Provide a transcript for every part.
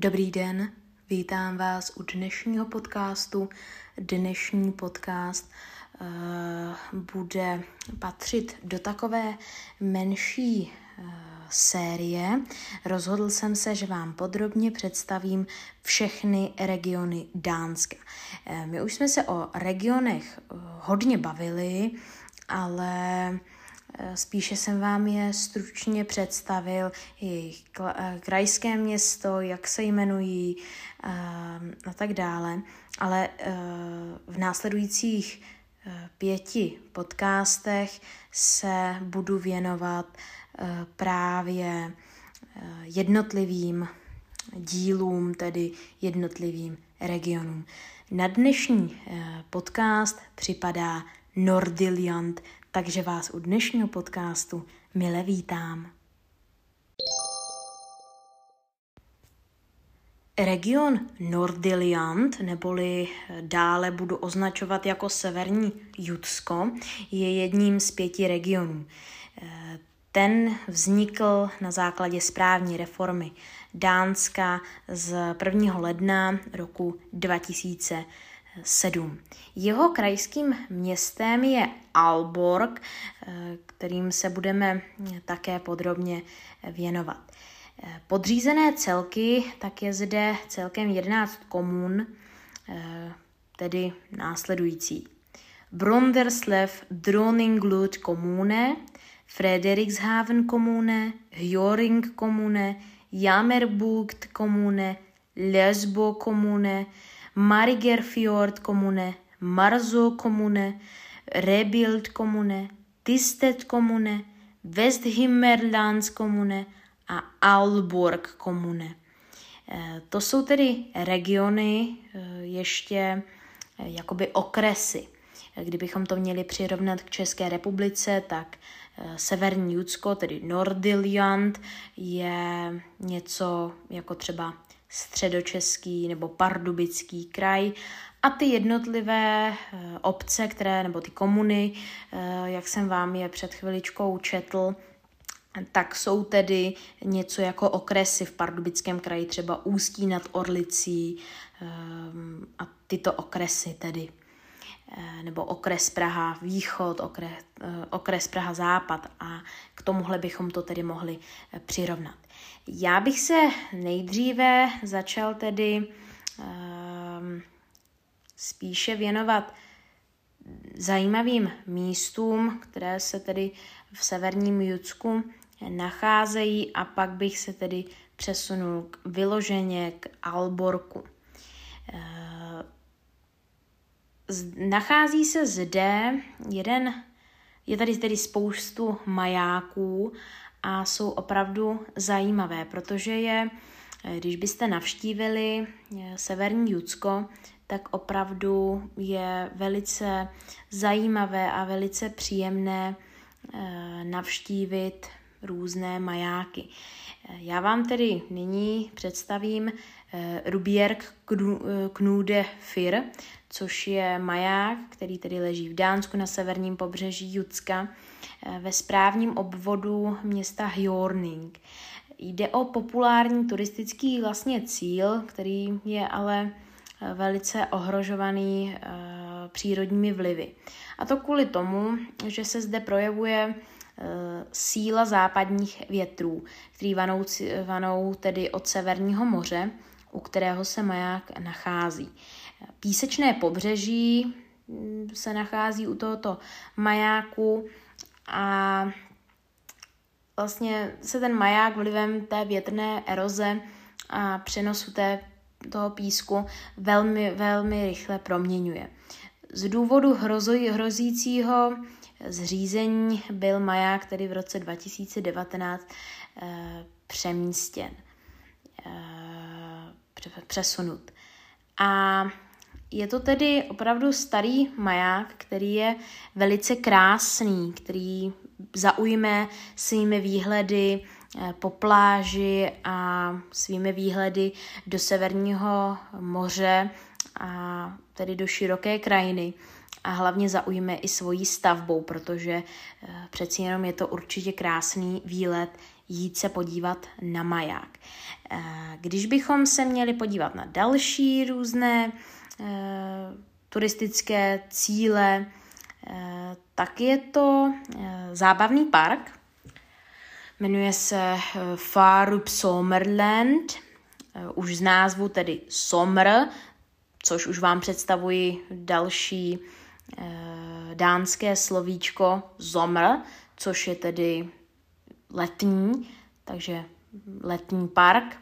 Dobrý den, vítám vás u dnešního podcastu. Dnešní podcast bude patřit do takové menší série. Rozhodl jsem se, že vám podrobně představím všechny regiony Dánska. My už jsme se o regionech hodně bavili, ale spíše jsem vám je stručně představil, jejich krajské město, jak se jmenují a tak dále. Ale v následujících 5 podcastech se budu věnovat právě jednotlivým dílům, tedy jednotlivým regionům. Na dnešní podcast připadá Nordjylland, takže vás u dnešního podcastu mile vítám. Region Nordjylland, neboli dále budu označovat jako Severní Jutsko, je jedním z 5 regionů. Ten vznikl na základě správní reformy Dánska z 1. ledna roku 2007. Jeho krajským městem je Aalborg, kterým se budeme také podrobně věnovat. Podřízené celky, tak je zde celkem 11 komun, tedy následující. Brønderslev Dronninglund kommune, Frederikshavn kommune, Hjørring kommune, Jammerbugt kommune, Lesbo kommune, Marigerfjord kommune, Marzo kommune, Rebild kommune, Tisted kommune, Vesthimmerlands kommune a Aalborg kommune. To jsou tedy regiony, ještě jakoby okresy. Kdybychom to měli přirovnat k České republice, tak Severní Jutsko, tedy Nordjylland, je něco jako třeba Středočeský nebo Pardubický kraj a ty jednotlivé obce, nebo ty komuny, jak jsem vám je před chviličkou četl, tak jsou tedy něco jako okresy v Pardubickém kraji, třeba Ústí nad Orlicí a tyto okresy tedy. Nebo okres Praha východ, okres Praha západ a k tomuhle bychom to tedy mohli přirovnat. Já bych se nejdříve začal tedy spíše věnovat zajímavým místům, které se tedy v Severním Jutsku nacházejí a pak bych se tedy přesunul vyloženě k Aalborgu. Nachází se zde je tady tedy spoustu majáků a jsou opravdu zajímavé, protože když byste navštívili Severní Jutsko, tak opravdu je velice zajímavé a velice příjemné navštívit různé majáky. Já vám tedy nyní představím Rubjerg Knude Fyr, což je maják, který tedy leží v Dánsku na severním pobřeží Jutska ve správním obvodu města Hjørring. Jde o populární turistický vlastně cíl, který je ale velice ohrožovaný přírodními vlivy. A to kvůli tomu, že se zde projevuje síla západních větrů, který vanou tedy od Severního moře, u kterého se maják nachází. Písečné pobřeží se nachází u tohoto majáku a vlastně se ten maják vlivem té větrné eroze a přenosu toho písku velmi, velmi rychle proměňuje. Z důvodu hrozícího zřízení byl maják tedy v roce 2019 přesunut. A je to tedy opravdu starý maják, který je velice krásný, který zaujme svými výhledy po pláži a svými výhledy do Severního moře a tedy do široké krajiny. A hlavně zaujme i svojí stavbou, protože přeci jenom je to určitě krásný výlet jít se podívat na maják. Když bychom se měli podívat na další různé turistické cíle, tak je to zábavný park. Jmenuje se Farup Sommerland, už z názvu tedy Sommer, což už vám představuji další dánské slovíčko Sommer, což je tedy letní, takže letní park.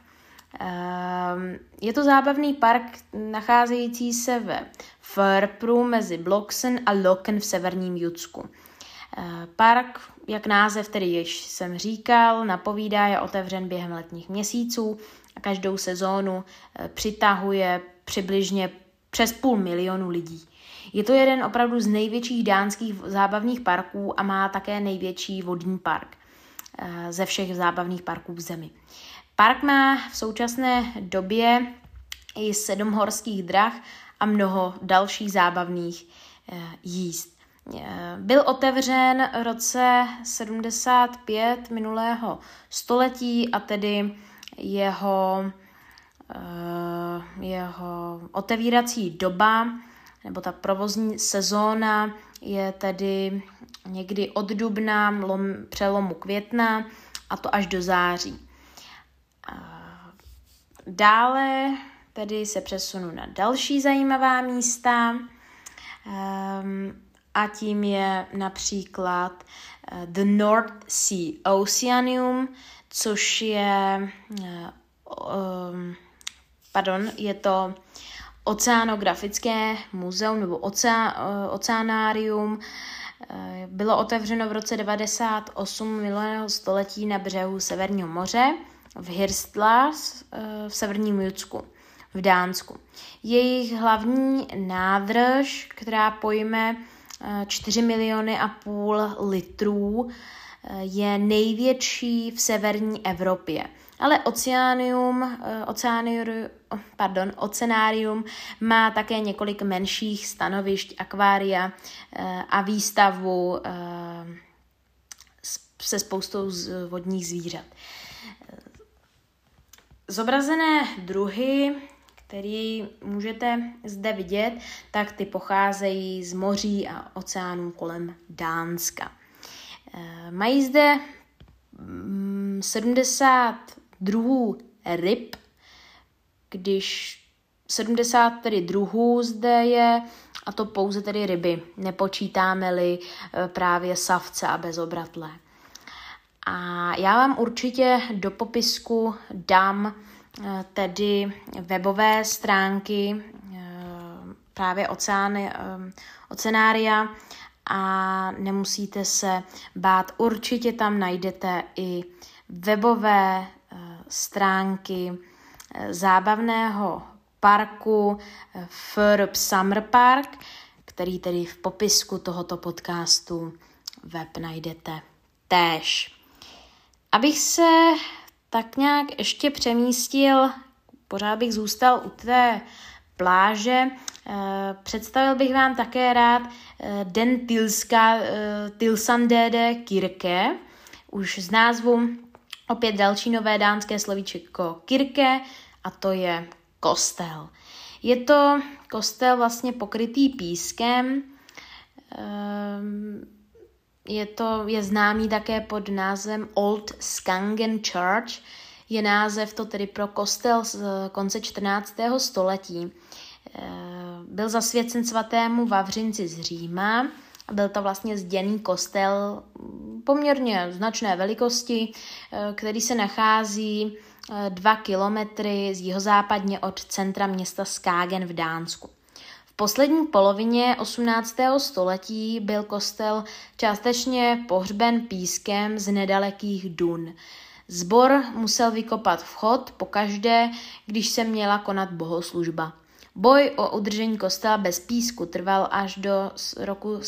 Je to zábavný park nacházející se ve Förpru mezi Bloksen a Loken v severním Judsku. Park, jak název tedy již jsem říkal, napovídá, je otevřen během letních měsíců a každou sezónu přitahuje přibližně přes 500 000 lidí. Je to jeden opravdu z největších dánských zábavních parků a má také největší vodní park ze všech zábavných parků v zemi. Park má v současné době i 7 horských drah a mnoho dalších zábavných jízd. Byl otevřen v roce 75 minulého století a tedy jeho otevírací doba nebo ta provozní sezóna je tedy někdy od dubna, přelomu května a to až do září. Dále tedy se přesunu na další zajímavá místa a tím je například The North Sea Oceanium, což je je to oceanografické muzeum nebo oceanárium. Bylo otevřeno v roce 98 minulého století na břehu Severního moře v Hirtshals v severním Judsku v Dánsku. Jejich hlavní nádrž, která pojme 4,5 miliony litrů, je největší v severní Evropě. Ale oceanárium má také několik menších stanovišť, akvária a výstavu se spoustou vodních zvířat. Zobrazené druhy, které můžete zde vidět, tak ty pocházejí z moří a oceánů kolem Dánska. Mají zde 70 druhů ryb, když 70 tedy druhů zde je, a to pouze tedy ryby, nepočítáme-li právě savce a bezobratlé. A já vám určitě do popisku dám tedy webové stránky právě oceanária a nemusíte se bát, určitě tam najdete i webové stránky zábavného parku Förp Summer Park, který tedy v popisku tohoto podcastu web najdete též. Abych se tak nějak ještě přemístil, pořád bych zůstal u té pláže, představil bych vám také rád Den Tilsandede Kirke, už z názvu opět další nové dánské slovíčko kirke, a to je kostel. Je to kostel vlastně pokrytý pískem, je známý také pod názvem Old Skangen Church, je název to tedy pro kostel z konce 14. století. Byl zasvěcen svatému Vavřinci z Říma a byl to vlastně zděný kostel poměrně značné velikosti, který se nachází 2 kilometry z jihozápadně od centra města Skagen v Dánsku. V poslední polovině 18. století byl kostel částečně pohřben pískem z nedalekých dun. Sbor musel vykopat vchod pokaždé, když se měla konat bohoslužba. Boj o udržení kostela bez písku trval až do roku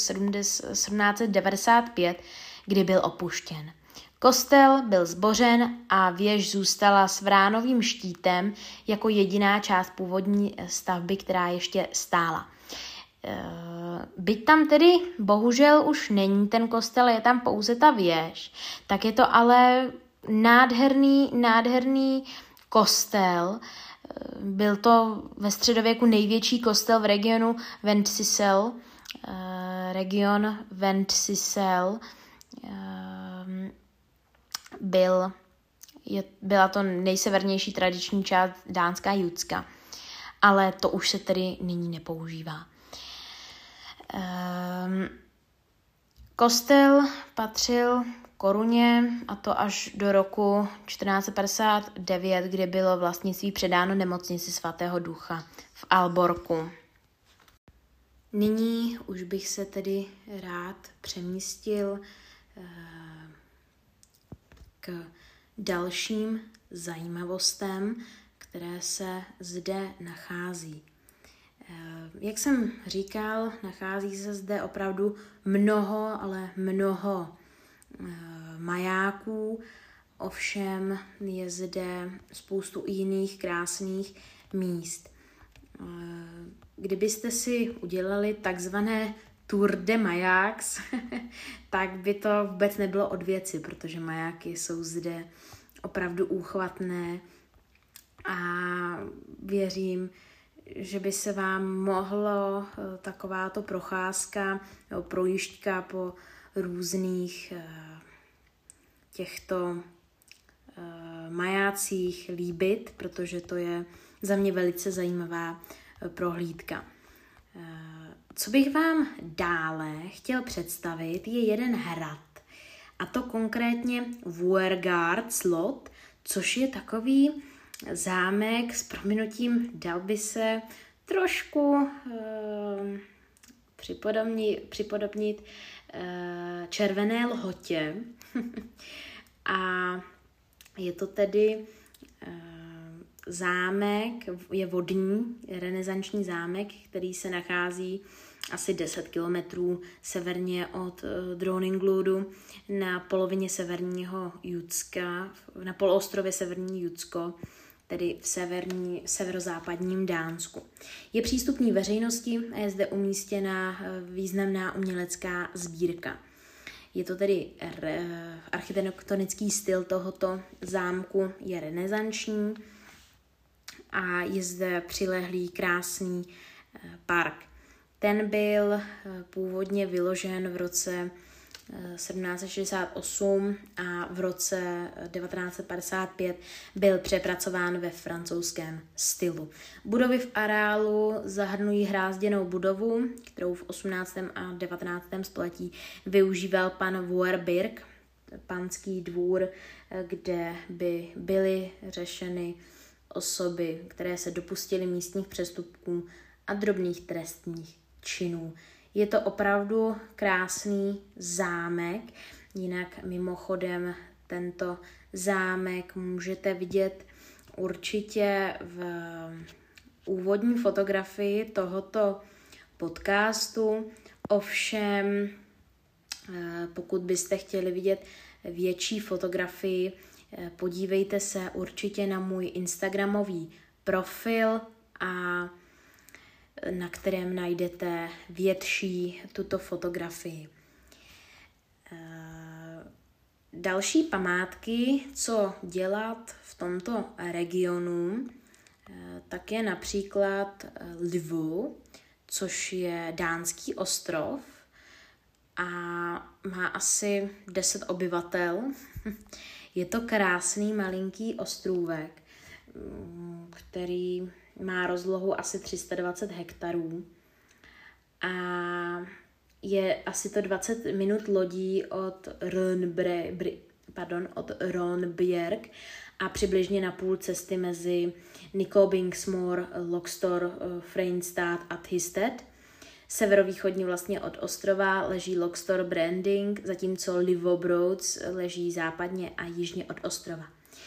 1795, kdy byl opuštěn. Kostel byl zbořen a věž zůstala s vránovým štítem jako jediná část původní stavby, která ještě stála. Byť tam tedy bohužel už není ten kostel, je tam pouze ta věž, tak je to ale nádherný kostel. Byl to ve středověku největší kostel v regionu Ventisel. Byla to nejsevernější tradiční část Dánska a Judska, ale to už se tedy nyní nepoužívá. Kostel patřil koruně, a to až do roku 1459, kdy bylo vlastnictví předáno nemocnici svatého Ducha v Alborku. Nyní už bych se tedy rád přemístil k dalším zajímavostem, které se zde nachází. Jak jsem říkal, nachází se zde opravdu mnoho majáků, ovšem je zde spoustu jiných krásných míst. Kdybyste si udělali takzvané Tour de Majáks, tak by to vůbec nebylo od věci, protože majáky jsou zde opravdu úchvatné a věřím, že by se vám mohlo takováto procházka nebo projížďka po různých těchto majácích líbit, protože to je za mě velice zajímavá prohlídka. Co bych vám dále chtěl představit, je jeden hrad, a to konkrétně Vuergard Slot, což je takový zámek s prominutím, dal by se trošku připodobnit Červené Lhotě. A je to tedy zámek, je vodní, renesanční zámek, který se nachází asi 10 kilometrů severně od Dronningludu na polovině severního Judska, na poloostrově Severní Judsko, tedy v severozápadním Dánsku. Je přístupný veřejnosti a je zde umístěna významná umělecká sbírka. Je to tedy architektonický styl tohoto zámku je renesanční a je zde přilehlý krásný park. Ten byl původně vyložen v roce 1768 a v roce 1955 byl přepracován ve francouzském stylu. Budovy v areálu zahrnují hrázděnou budovu, kterou v 18. a 19. století využíval pan Vuerbirk, panský dvůr, kde by byly řešeny osoby, které se dopustily místních přestupků a drobných trestních činů. Je to opravdu krásný zámek, jinak mimochodem tento zámek můžete vidět určitě v úvodní fotografii tohoto podcastu. Ovšem, pokud byste chtěli vidět větší fotografii, podívejte se určitě na můj instagramový profil, a na kterém najdete větší tuto fotografii. Další památky, co dělat v tomto regionu, tak je například Lviv, což je dánský ostrov a má asi 10 obyvatel. Je to krásný malinký ostrůvek, který má rozlohu asi 320 hektarů a je asi to 20 minut lodí od Ronbjerg a přibližně na půl cesty mezi Nykøbingsmål, Løgstør, Freinstad a Thisted. Severovýchodně vlastně od ostrova leží Løgstør Branding, zatímco Lvovbrods leží západně a jižně od ostrova.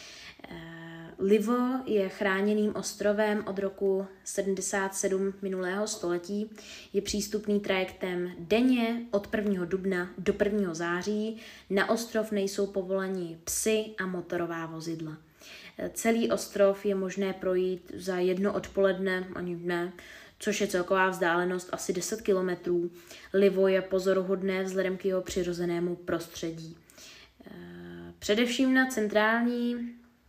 Livo je chráněným ostrovem od roku 77 minulého století. Je přístupný trajektem denně od 1. dubna do 1. září. Na ostrov nejsou povoleni psy a motorová vozidla. Celý ostrov je možné projít za jedno odpoledne ani dne, což je celková vzdálenost asi 10 kilometrů. Livo je pozoruhodné vzhledem k jeho přirozenému prostředí. Především na centrální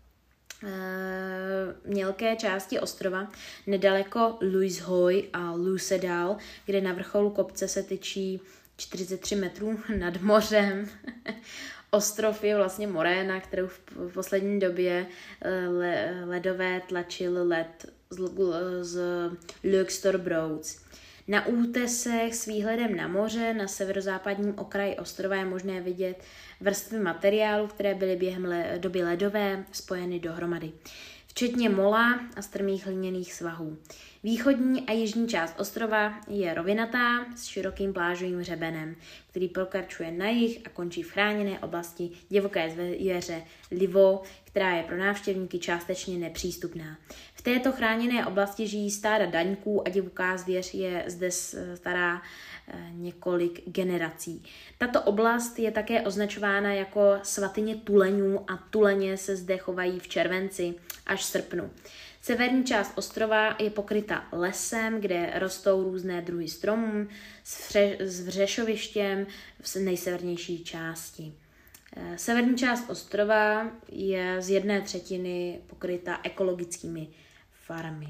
mělké části ostrova, nedaleko Louishoy a Lusedal, kde na vrcholu kopce se tyčí 43 metrů nad mořem. Ostrov je vlastně moréna, kterou v poslední době ledové tlačil led z Luxor Broads. Na útesech s výhledem na moře na severozápadním okraji ostrova je možné vidět vrstvy materiálu, které byly během doby ledové spojeny dohromady, včetně mola a strmých hliněných svahů. Východní a jižní část ostrova je rovinatá s širokým plážovým hřebenem, který pokračuje na jih a končí v chráněné oblasti divoké zvěře Livo, která je pro návštěvníky částečně nepřístupná. V této chráněné oblasti žijí stáda daňků a divoká zvěř je zde stará několik generací. Tato oblast je také označována jako svatyně tuleňů a tuleně se zde chovají v červenci až srpnu. Severní část ostrova je pokryta lesem, kde rostou různé druhy stromů s vřešovištěm v nejsevernější části. Severní část ostrova je z 1/3 pokryta ekologickými farmy.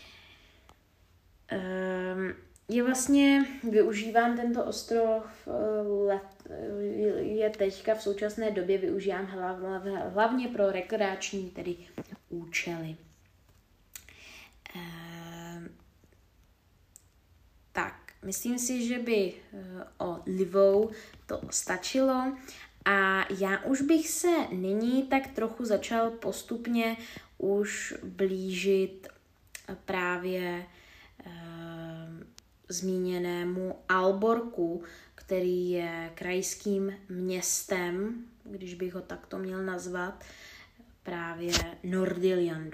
Je vlastně využíván tento ostrov, je teďka v současné době využíván hlavně pro rekreační tedy účely. Tak, myslím si, že by o Livou to stačilo a já už bych se nyní tak trochu začal postupně už blížit právě zmíněnému Aalborgu, který je krajským městem, když bych ho takto měl nazvat, právě Nordjyllandu.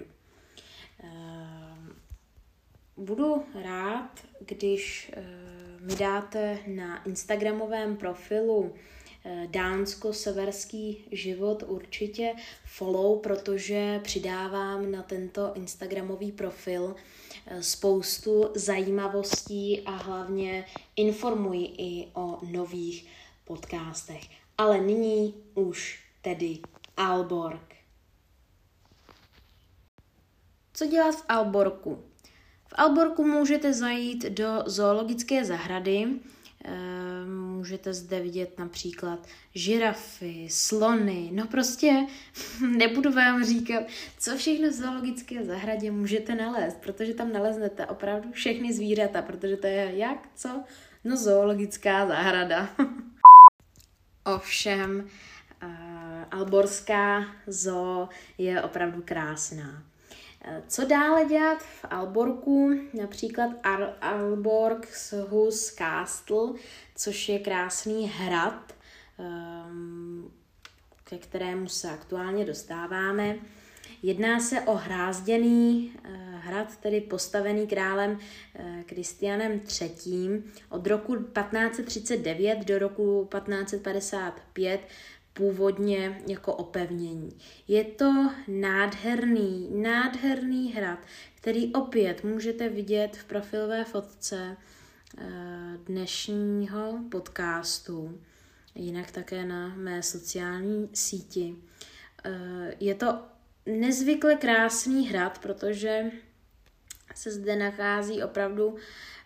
Budu rád, když mi dáte na instagramovém profilu Dánsko-severský život určitě follow, protože přidávám na tento instagramový profil spoustu zajímavostí a hlavně informuji i o nových podcastech. Ale nyní už tedy Aalborg. Co dělat v Aalborgu? V Aalborgu můžete zajít do zoologické zahrady, můžete zde vidět například žirafy, slony, no prostě nebudu vám říkat, co všechno v zoologické zahradě můžete nalézt, protože tam naleznete opravdu všechny zvířata, protože to je jak, co? No zoologická zahrada. Ovšem, Aalborská zoo je opravdu krásná. Co dále dělat v Aalborgu? Například Aalborghus Castle, což je krásný hrad, ke kterému se aktuálně dostáváme. Jedná se o hrázděný hrad, tedy postavený králem Kristianem III. Od roku 1539 do roku 1555 původně jako opevnění. Je to nádherný hrad, který opět můžete vidět v profilové fotce dnešního podcastu, jinak také na mé sociální síti. Je to nezvykle krásný hrad, protože se zde nachází opravdu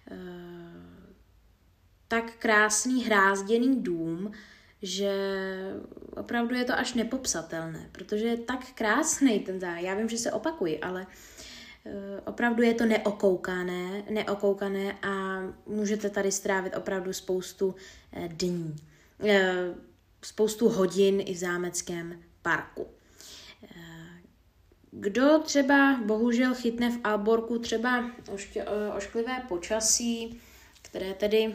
tak krásný hrázděný dům, že opravdu je to až nepopsatelné, protože je tak krásný ten zájem. Já vím, že se opakuji, ale opravdu je to neokoukané a můžete tady strávit opravdu spoustu dní, spoustu hodin i v zámeckém parku. Kdo třeba bohužel chytne v Aalborgu třeba ošklivé počasí, které tedy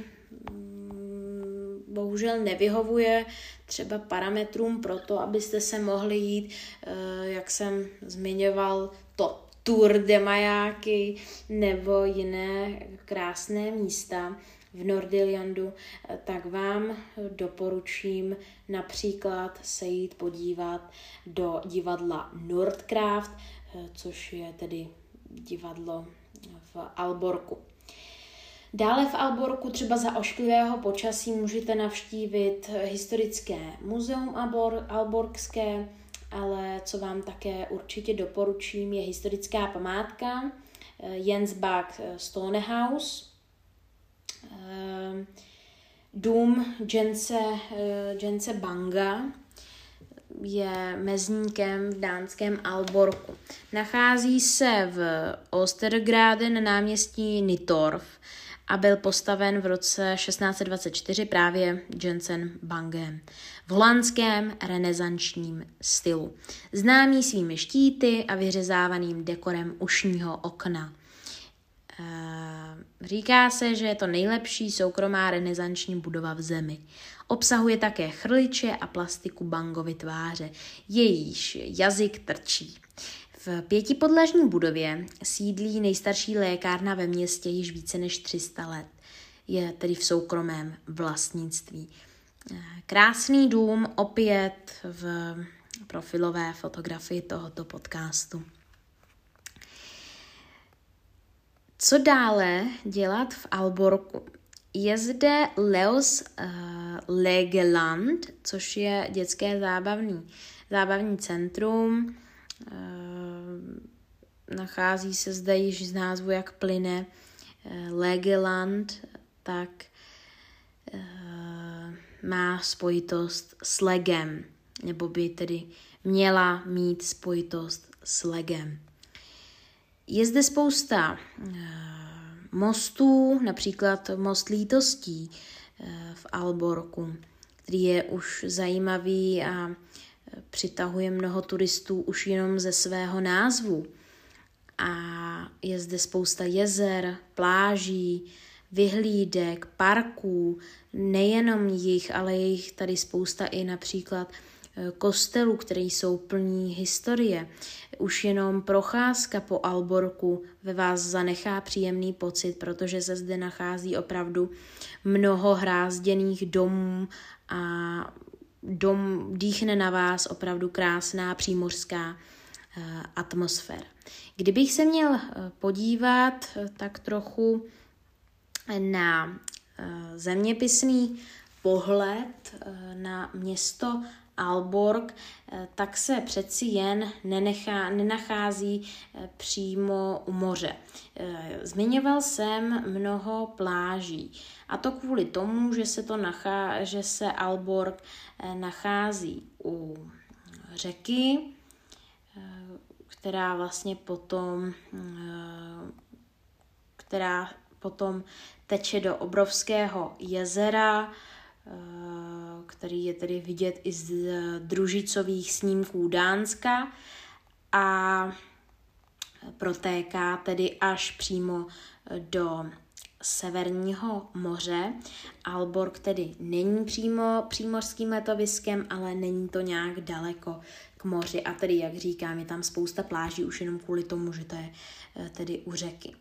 bohužel nevyhovuje třeba parametrům pro to, abyste se mohli jít, jak jsem zmiňoval, to Tour de Majáky nebo jiné krásné místa v Nordjyllandu, tak vám doporučím například se jít podívat do divadla Nordkraft, což je tedy divadlo v Aalborgu. Dále v Aalborgu třeba za ošklivého počasí můžete navštívit historické muzeum aalborgské, ale co vám také určitě doporučím, je historická památka Jensbach Stonehaus, dům Jens Banga je mezníkem v dánském Aalborgu. Nachází se v Oostergraden na náměstí Nytorv a byl postaven v roce 1624 právě Jensem Bangem v holandském renesančním stylu. Známý svými štíty a vyřezávaným dekorem ušního okna. Říká se, že je to nejlepší soukromá renesanční budova v zemi. Obsahuje také chrliče a plastiku Bangovy tváře, jejíž jazyk trčí. V 5podlažní budově sídlí nejstarší lékárna ve městě již více než 300 let. Je tedy v soukromém vlastnictví. Krásný dům opět v profilové fotografii tohoto podcastu. Co dále dělat v Aalborgu? Je zde Leos Legeland, což je dětské zábavní centrum. Nachází se zde již z názvu, jak plyne Legeland, tak má spojitost s legem, nebo by tedy měla mít spojitost s legem. Je zde spousta mostů, například most Lítostí v Aalborgu, který je už zajímavý a přitahuje mnoho turistů už jenom ze svého názvu. A je zde spousta jezer, pláží, vyhlídek, parků, nejenom jich, ale je jich tady spousta i například kostelů, které jsou plní historie. Už jenom procházka po Aalborgu ve vás zanechá příjemný pocit, protože se zde nachází opravdu mnoho hrázděných domů a dýchne na vás opravdu krásná přímořská atmosféra. Kdybych se měl podívat tak trochu na zeměpisný pohled na město Aalborg, tak se přeci jen nenachází přímo u moře. Zmiňoval jsem mnoho pláží a to kvůli tomu, že se Aalborg nachází u řeky, která potom teče do obrovského jezera, který je tedy vidět i z družicových snímků Dánska a protéká tedy až přímo do Severního moře. Aalborg tedy není přímo přímořským letoviskem, ale není to nějak daleko k moři a tedy, jak říkám, je tam spousta pláží už jenom kvůli tomu, že to je tedy u řeky.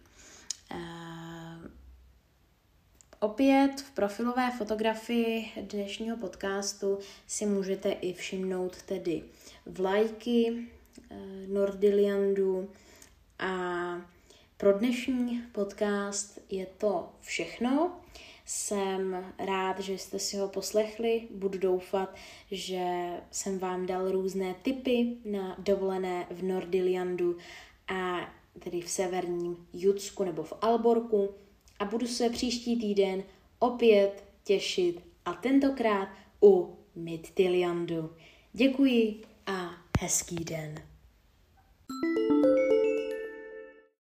Opět v profilové fotografii dnešního podcastu si můžete i všimnout tedy vlajky Nordiliandu a pro dnešní podcast je to všechno. Jsem rád, že jste si ho poslechli. Budu doufat, že jsem vám dal různé tipy na dovolené v Nordiliandu a tedy v severním Judsku nebo v Aalborgu. A budu se příští týden opět těšit a tentokrát u Midtiliandu. Děkuji a hezký den.